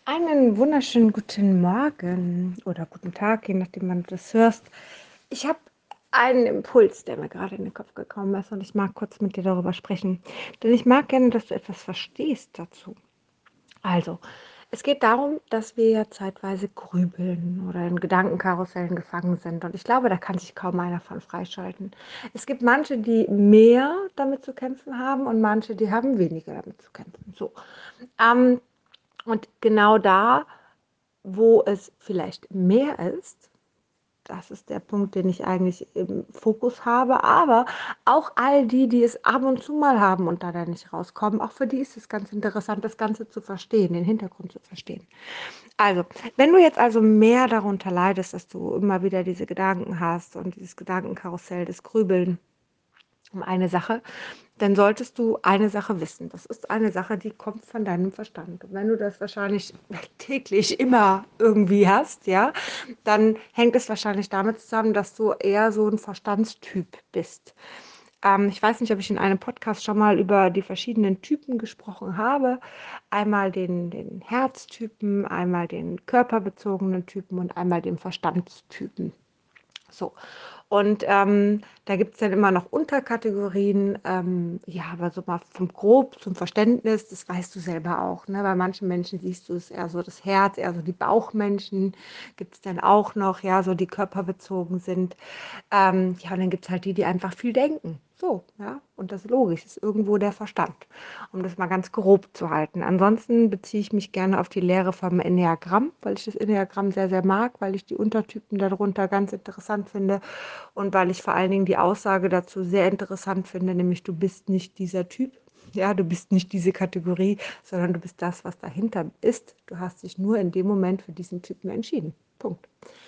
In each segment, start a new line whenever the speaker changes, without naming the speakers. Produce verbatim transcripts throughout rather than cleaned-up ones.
Einen wunderschönen guten Morgen oder guten Tag, je nachdem, wann du das hörst. Ich habe einen Impuls, der mir gerade in den Kopf gekommen ist und ich mag kurz mit dir darüber sprechen, denn ich mag gerne, dass du etwas verstehst dazu. Also, es geht darum, dass wir ja zeitweise grübeln oder in Gedankenkarussellen gefangen sind und ich glaube, da kann sich kaum einer von freischalten. Es gibt manche, die mehr damit zu kämpfen haben und manche, die haben weniger damit zu kämpfen. So. Ähm, und genau da, wo es vielleicht mehr ist, das ist der Punkt, den ich eigentlich im Fokus habe, aber auch all die, die es ab und zu mal haben und da dann nicht rauskommen, auch für die ist es ganz interessant, das Ganze zu verstehen, den Hintergrund zu verstehen. Also, wenn du jetzt also mehr darunter leidest, dass du immer wieder diese Gedanken hast und dieses Gedankenkarussell, das Grübeln um eine Sache, dann solltest du eine Sache wissen. Das ist eine Sache, die kommt von deinem Verstand. Und wenn du das wahrscheinlich täglich immer irgendwie hast, ja, dann hängt es wahrscheinlich damit zusammen, dass du eher so ein Verstandstyp bist. Ähm, ich weiß nicht, ob ich in einem Podcast schon mal über die verschiedenen Typen gesprochen habe. Einmal den, den Herztypen, einmal den körperbezogenen Typen und einmal den Verstandstypen. So. Und ähm, da gibt es dann immer noch Unterkategorien. Ähm, ja, aber so mal vom Grob zum Verständnis, das weißt du selber auch. Ne? Bei manchen Menschen siehst du es eher so das Herz, eher so die Bauchmenschen gibt es dann auch noch, ja, so die körperbezogen sind. Ähm, ja, und dann gibt es halt die, die einfach viel denken. So, ja, und das ist logisch, ist irgendwo der Verstand, um das mal ganz grob zu halten. Ansonsten beziehe ich mich gerne auf die Lehre vom Enneagramm, weil ich das Enneagramm sehr, sehr mag, weil ich die Untertypen darunter ganz interessant finde und weil ich vor allen Dingen die Aussage dazu sehr interessant finde, nämlich du bist nicht dieser Typ. Ja, du bist nicht diese Kategorie, sondern du bist das, was dahinter ist. Du hast dich nur in dem Moment für diesen Typen entschieden. Punkt.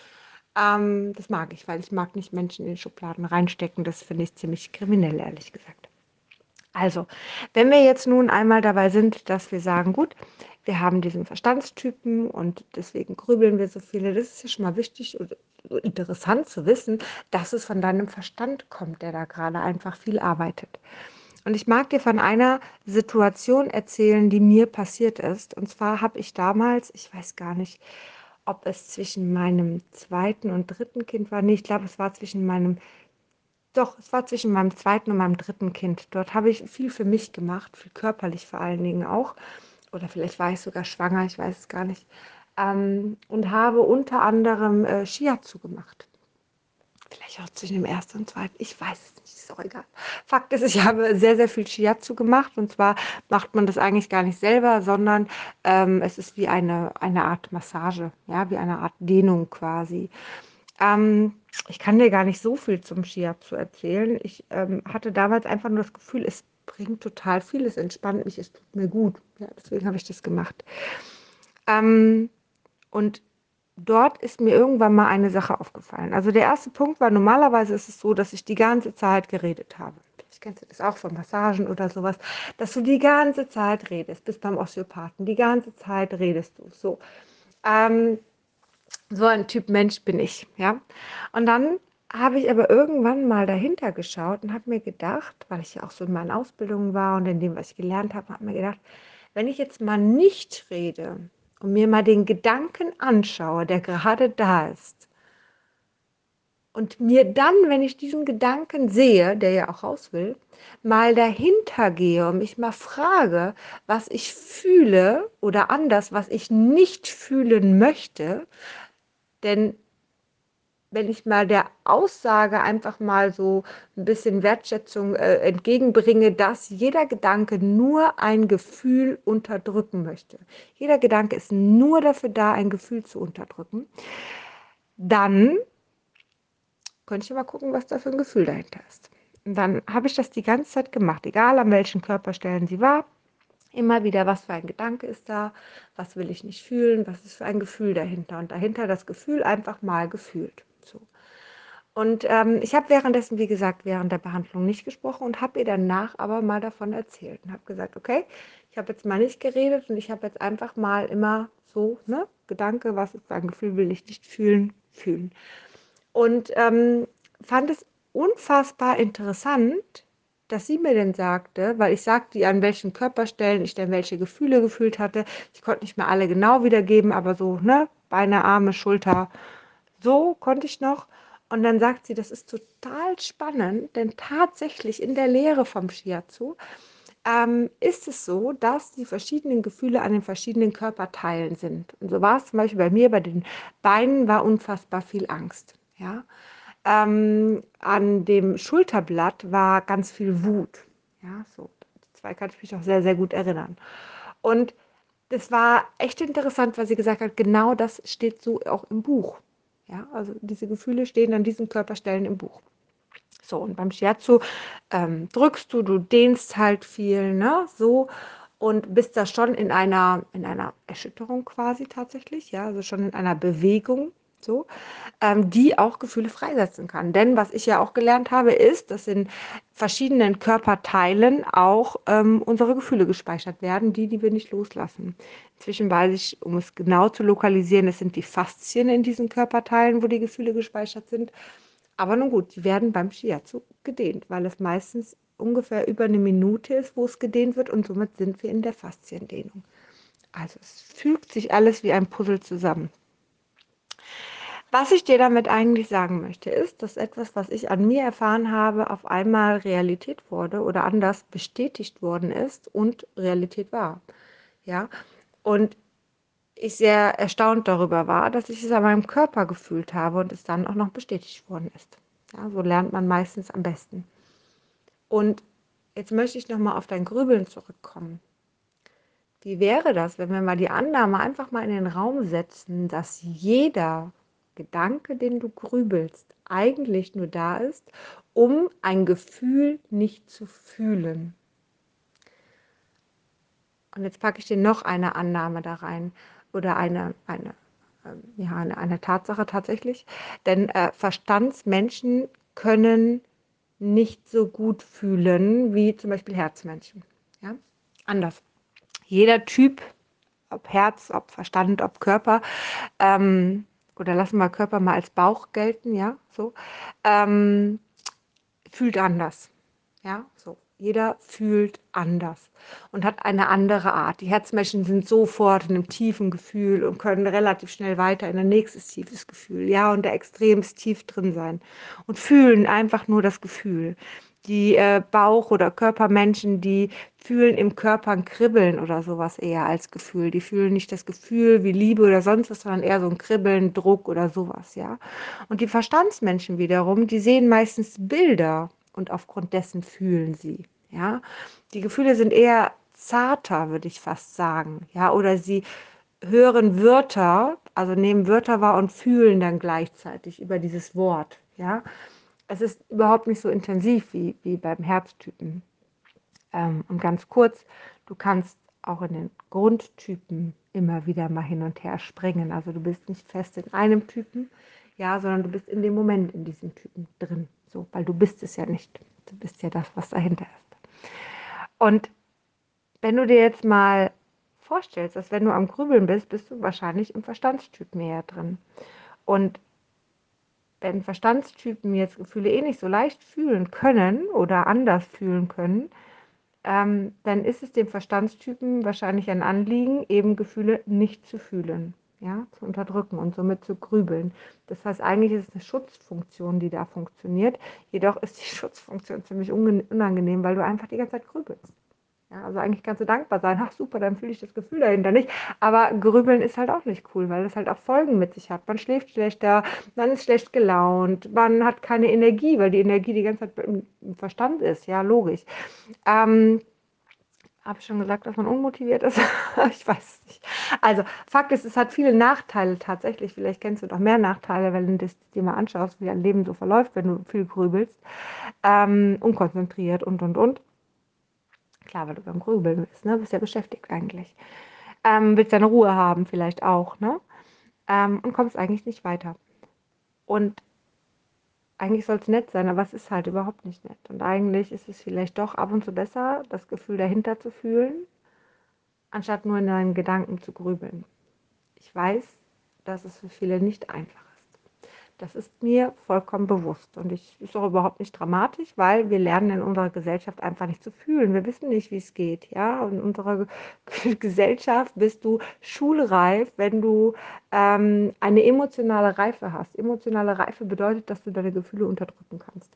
Ähm, das mag ich, weil ich mag nicht Menschen in Schubladen reinstecken. Das finde ich ziemlich kriminell, ehrlich gesagt. Also, wenn wir jetzt nun einmal dabei sind, dass wir sagen, gut, wir haben diesen Verstandstypen und deswegen grübeln wir so viele, das ist ja schon mal wichtig und interessant zu wissen, dass es von deinem Verstand kommt, der da gerade einfach viel arbeitet. Und ich mag dir von einer Situation erzählen, die mir passiert ist. Und zwar habe ich damals, ich weiß gar nicht, ob es zwischen meinem zweiten und dritten Kind war. Nee, ich glaube, es war zwischen meinem, doch, es war zwischen meinem zweiten und meinem dritten Kind. Dort habe ich viel für mich gemacht, viel körperlich vor allen Dingen auch. Oder vielleicht war ich sogar schwanger, ich weiß es gar nicht. Ähm, und habe unter anderem äh, Shiatsu gemacht. Vielleicht auch zwischen dem ersten und zweiten. Ich weiß es nicht, ist auch egal. Fakt ist, ich habe sehr, sehr viel Shiatsu gemacht. Und zwar macht man das eigentlich gar nicht selber, sondern ähm, es ist wie eine, eine Art Massage, ja, wie eine Art Dehnung quasi. Ähm, ich kann dir gar nicht so viel zum Shiatsu erzählen. Ich ähm, hatte damals einfach nur das Gefühl, es bringt total viel, es entspannt mich, es tut mir gut. Ja, deswegen habe ich das gemacht. Ähm, und dort ist mir irgendwann mal eine Sache aufgefallen. Also der erste Punkt war, normalerweise ist es so, dass ich die ganze Zeit geredet habe. Vielleicht kennst du das auch von Massagen oder sowas, dass du die ganze Zeit redest, bis beim Osteopathen, die ganze Zeit redest du. So, ähm, so ein Typ Mensch bin ich, ja. Und dann habe ich aber irgendwann mal dahinter geschaut und habe mir gedacht, weil ich ja auch so in meinen Ausbildungen war und in dem, was ich gelernt habe, habe mir gedacht, wenn ich jetzt mal nicht rede und mir mal den Gedanken anschaue, der gerade da ist, und mir dann, wenn ich diesen Gedanken sehe, der ja auch raus will, mal dahinter gehe und mich mal frage, was ich fühle oder anders, was ich nicht fühlen möchte, denn wenn ich mal der Aussage einfach mal so ein bisschen Wertschätzung äh, entgegenbringe, dass jeder Gedanke nur ein Gefühl unterdrücken möchte. Jeder Gedanke ist nur dafür da, ein Gefühl zu unterdrücken. Dann könnte ich mal gucken, was da für ein Gefühl dahinter ist. Und dann habe ich das die ganze Zeit gemacht, egal an welchen Körperstellen sie war. Immer wieder, was für ein Gedanke ist da, was will ich nicht fühlen, was ist für ein Gefühl dahinter. Und dahinter das Gefühl einfach mal gefühlt. So. Und ähm, ich habe währenddessen, wie gesagt, während der Behandlung nicht gesprochen und habe ihr danach aber mal davon erzählt und habe gesagt, okay, ich habe jetzt mal nicht geredet und ich habe jetzt einfach mal immer so, ne, Gedanke, was ist ein Gefühl, will ich nicht fühlen, fühlen. Und ähm, fand es unfassbar interessant, dass sie mir denn sagte, weil ich sagte ihr, an welchen Körperstellen ich denn welche Gefühle gefühlt hatte. Ich konnte nicht mehr alle genau wiedergeben, aber so, ne, Beine, Arme, Schulter, so konnte ich noch. Und dann sagt sie, das ist total spannend, denn tatsächlich in der Lehre vom Shiatsu ähm, ist es so, dass die verschiedenen Gefühle an den verschiedenen Körperteilen sind. Und so war es zum Beispiel bei mir, bei den Beinen war unfassbar viel Angst. Ja? Ähm, an dem Schulterblatt war ganz viel Wut. Ja, so. Die zwei kann ich mich auch sehr, sehr gut erinnern. Und das war echt interessant, weil sie gesagt hat, genau das steht so auch im Buch. Ja, also diese Gefühle stehen an diesen Körperstellen im Buch. So, und beim Shiatsu ähm, drückst du, du dehnst halt viel, ne, so, und bist da schon in einer, in einer Erschütterung quasi tatsächlich, ja, also schon in einer Bewegung, so, ähm, die auch Gefühle freisetzen kann. Denn was ich ja auch gelernt habe, ist, dass in verschiedenen Körperteilen auch ähm, unsere Gefühle gespeichert werden, die, die wir nicht loslassen. Inzwischen weiß ich, um es genau zu lokalisieren, es sind die Faszien in diesen Körperteilen, wo die Gefühle gespeichert sind. Aber nun gut, die werden beim Shiatsu gedehnt, weil es meistens ungefähr über eine Minute ist, wo es gedehnt wird und somit sind wir in der Fasziendehnung. Also es fügt sich alles wie ein Puzzle zusammen. Was ich dir damit eigentlich sagen möchte, ist, dass etwas, was ich an mir erfahren habe, auf einmal Realität wurde oder anders bestätigt worden ist und Realität war. Ja, und ich sehr erstaunt darüber war, dass ich es an meinem Körper gefühlt habe und es dann auch noch bestätigt worden ist. Ja, so lernt man meistens am besten. Und jetzt möchte ich nochmal auf dein Grübeln zurückkommen. Wie wäre das, wenn wir mal die Annahme einfach mal in den Raum setzen, dass jeder Gedanke, den du grübelst, eigentlich nur da ist, um ein Gefühl nicht zu fühlen. Und jetzt packe ich dir noch eine Annahme da rein oder eine, eine, ähm, ja, eine, eine Tatsache tatsächlich. Denn äh, Verstandsmenschen können nicht so gut fühlen wie zum Beispiel Herzmenschen. Ja? Anders. Jeder Typ, ob Herz, ob Verstand, ob Körper, ähm, oder lassen wir Körper mal als Bauch gelten, ja, so, ähm, fühlt anders. Ja, so. Jeder fühlt anders und hat eine andere Art. Die Herzmenschen sind sofort in einem tiefen Gefühl und können relativ schnell weiter in ein nächstes tiefes Gefühl, ja, und da extremst tief drin sein und fühlen einfach nur das Gefühl. Die äh, Bauch- oder Körpermenschen, die fühlen im Körper ein Kribbeln oder sowas eher als Gefühl. Die fühlen nicht das Gefühl wie Liebe oder sonst was, sondern eher so ein Kribbeln, Druck oder sowas, ja. Und die Verstandsmenschen wiederum, die sehen meistens Bilder und aufgrund dessen fühlen sie. Ja, die Gefühle sind eher zarter, würde ich fast sagen. Ja, oder sie hören Wörter, also nehmen Wörter wahr und fühlen dann gleichzeitig über dieses Wort. Ja, es ist überhaupt nicht so intensiv wie, wie beim Herztypen. Ähm, und ganz kurz, du kannst auch in den Grundtypen immer wieder mal hin und her springen. Also du bist nicht fest in einem Typen, ja, sondern du bist in dem Moment in diesem Typen drin. So, weil du bist es ja nicht. Du bist ja das, was dahinter ist. Und wenn du dir jetzt mal vorstellst, dass wenn du am Grübeln bist, bist du wahrscheinlich im Verstandstyp mehr drin. Und wenn Verstandstypen jetzt Gefühle eh nicht so leicht fühlen können oder anders fühlen können, ähm, dann ist es dem Verstandstypen wahrscheinlich ein Anliegen, eben Gefühle nicht zu fühlen, ja, zu unterdrücken und somit zu grübeln. Das heißt, eigentlich ist es eine Schutzfunktion, die da funktioniert. Jedoch ist die Schutzfunktion ziemlich unangenehm, weil du einfach die ganze Zeit grübelst. Ja, also eigentlich kannst du dankbar sein, ach super, dann fühle ich das Gefühl dahinter nicht. Aber Grübeln ist halt auch nicht cool, weil es halt auch Folgen mit sich hat. Man schläft schlechter, man ist schlecht gelaunt, man hat keine Energie, weil die Energie die ganze Zeit im Verstand ist. Ja, logisch. Ähm, habe ich schon gesagt, dass man unmotiviert ist? Ich weiß es nicht. Also, Fakt ist, es hat viele Nachteile tatsächlich. Vielleicht kennst du noch mehr Nachteile, wenn du das dir mal anschaust, wie dein Leben so verläuft, wenn du viel grübelst, ähm, unkonzentriert und, und, und. Klar, weil du beim Grübeln bist, ne? Bist ja beschäftigt eigentlich. Ähm, willst deine Ruhe haben vielleicht auch, ne? Ähm, und kommst eigentlich nicht weiter. Und eigentlich soll es nett sein, aber es ist halt überhaupt nicht nett. Und eigentlich ist es vielleicht doch ab und zu besser, das Gefühl dahinter zu fühlen, anstatt nur in deinen Gedanken zu grübeln. Ich weiß, dass es für viele nicht einfach ist. Das ist mir vollkommen bewusst und ich ist auch überhaupt nicht dramatisch, weil wir lernen in unserer Gesellschaft einfach nicht zu fühlen. Wir wissen nicht, wie es geht, ja. Und in unserer Ge- Gesellschaft bist du schulreif, wenn du ähm, eine emotionale Reife hast. Emotionale Reife bedeutet, dass du deine Gefühle unterdrücken kannst.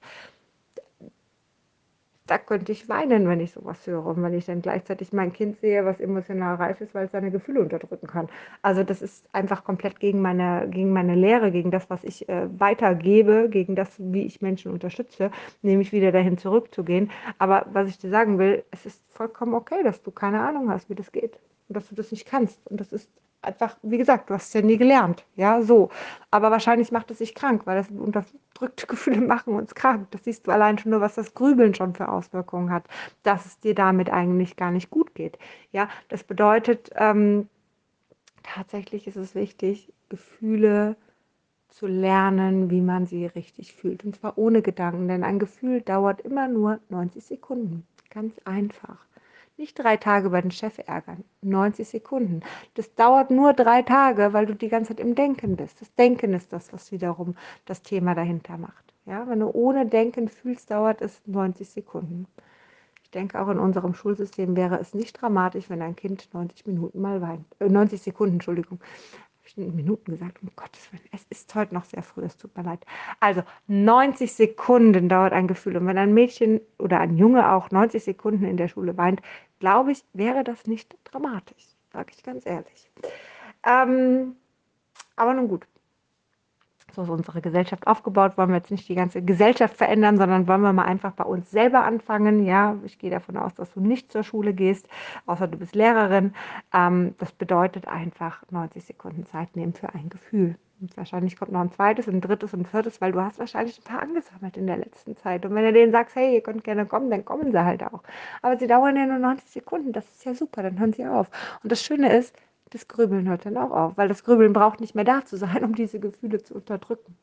Da könnte ich weinen, wenn ich sowas höre und wenn ich dann gleichzeitig mein Kind sehe, was emotional reif ist, weil es seine Gefühle unterdrücken kann. Also das ist einfach komplett gegen meine, gegen meine Lehre, gegen das, was ich äh, weitergebe, gegen das, wie ich Menschen unterstütze, nämlich wieder dahin zurückzugehen. Aber was ich dir sagen will, es ist vollkommen okay, dass du keine Ahnung hast, wie das geht und dass du das nicht kannst. Und das ist einfach, wie gesagt, du hast es ja nie gelernt, ja, so. Aber wahrscheinlich macht es sich krank, weil das unterdrückte Gefühle machen uns krank. Das siehst du allein schon nur, was das Grübeln schon für Auswirkungen hat, dass es dir damit eigentlich gar nicht gut geht. Ja, das bedeutet, ähm, tatsächlich ist es wichtig, Gefühle zu lernen, wie man sie richtig fühlt. Und zwar ohne Gedanken, denn ein Gefühl dauert immer nur neunzig Sekunden. Ganz einfach. Nicht drei Tage über den Chef ärgern, neunzig Sekunden. Das dauert nur drei Tage, weil du die ganze Zeit im Denken bist. Das Denken ist das, was wiederum das Thema dahinter macht. Ja, wenn du ohne Denken fühlst, dauert es neunzig Sekunden. Ich denke, auch in unserem Schulsystem wäre es nicht dramatisch, wenn ein Kind neunzig Minuten mal weint. Äh, neunzig Sekunden, Entschuldigung. Habe ich in Minuten gesagt? Um Gottes Willen, es ist heute noch sehr früh, es tut mir leid. Also neunzig Sekunden dauert ein Gefühl. Und wenn ein Mädchen oder ein Junge auch neunzig Sekunden in der Schule weint, glaube ich, wäre das nicht dramatisch. Sage ich ganz ehrlich. Ähm, aber nun gut. So ist unsere Gesellschaft aufgebaut. Wollen wir jetzt nicht die ganze Gesellschaft verändern, sondern wollen wir mal einfach bei uns selber anfangen. Ja, ich gehe davon aus, dass du nicht zur Schule gehst, außer du bist Lehrerin. Ähm, das bedeutet einfach neunzig Sekunden Zeit nehmen für ein Gefühl. Und wahrscheinlich kommt noch ein zweites, ein drittes und ein viertes, weil du hast wahrscheinlich ein paar angesammelt in der letzten Zeit. Und wenn du denen sagst, hey, ihr könnt gerne kommen, dann kommen sie halt auch. Aber sie dauern ja nur neunzig Sekunden. Das ist ja super, dann hören sie auf. Und das Schöne ist, das Grübeln hört dann auch auf, weil das Grübeln braucht nicht mehr da zu sein, um diese Gefühle zu unterdrücken.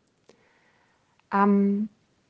Ähm,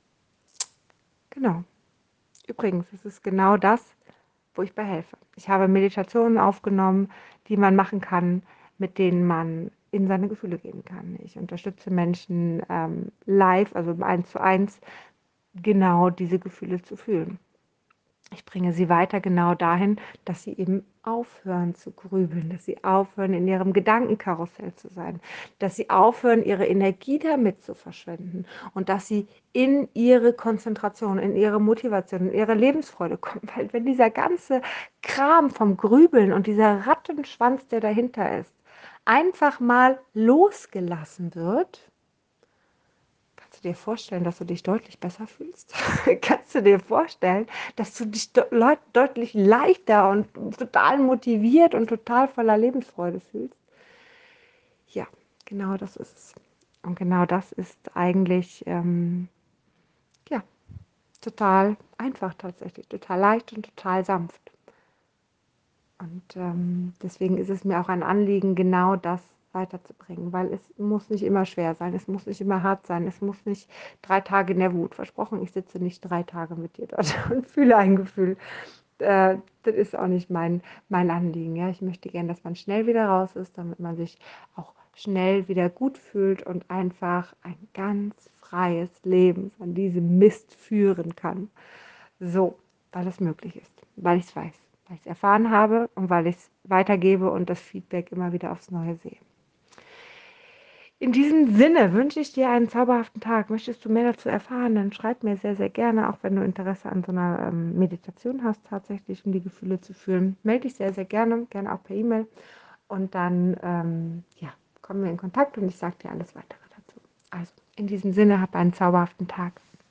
genau. Übrigens, es ist genau das, wo ich bei helfe. Ich habe Meditationen aufgenommen, die man machen kann, mit denen man in seine Gefühle gehen kann. Ich unterstütze Menschen ähm, live, also eins zu eins, genau diese Gefühle zu fühlen. Ich bringe sie weiter genau dahin, dass sie eben aufhören zu grübeln, dass sie aufhören, in ihrem Gedankenkarussell zu sein, dass sie aufhören, ihre Energie damit zu verschwenden und dass sie in ihre Konzentration, in ihre Motivation, in ihre Lebensfreude kommen. Weil wenn dieser ganze Kram vom Grübeln und dieser Rattenschwanz, der dahinter ist, einfach mal losgelassen wird, kannst du dir vorstellen, dass du dich deutlich besser fühlst? Kannst du dir vorstellen, dass du dich de deutlich leichter und total motiviert und total voller Lebensfreude fühlst? Ja, genau das ist es. Und genau das ist eigentlich, ähm, ja, total einfach tatsächlich, total leicht und total sanft. Und ähm, deswegen ist es mir auch ein Anliegen, genau das weiterzubringen, weil es muss nicht immer schwer sein, es muss nicht immer hart sein, es muss nicht drei Tage in der Wut. Versprochen, ich sitze nicht drei Tage mit dir dort und fühle ein Gefühl. Äh, das ist auch nicht mein, mein Anliegen. Ja? Ich möchte gerne, dass man schnell wieder raus ist, damit man sich auch schnell wieder gut fühlt und einfach ein ganz freies Leben von diesem Mist führen kann. So, weil es möglich ist, weil ich es weiß, weil ich es erfahren habe und weil ich es weitergebe und das Feedback immer wieder aufs Neue sehe. In diesem Sinne wünsche ich dir einen zauberhaften Tag. Möchtest du mehr dazu erfahren, dann schreib mir sehr, sehr gerne, auch wenn du Interesse an so einer ähm, Meditation hast, tatsächlich, um die Gefühle zu fühlen. Melde dich sehr, sehr gerne, gerne auch per E-Mail. Und dann ähm, ja, kommen wir in Kontakt und ich sage dir alles weitere dazu. Also, in diesem Sinne, hab einen zauberhaften Tag.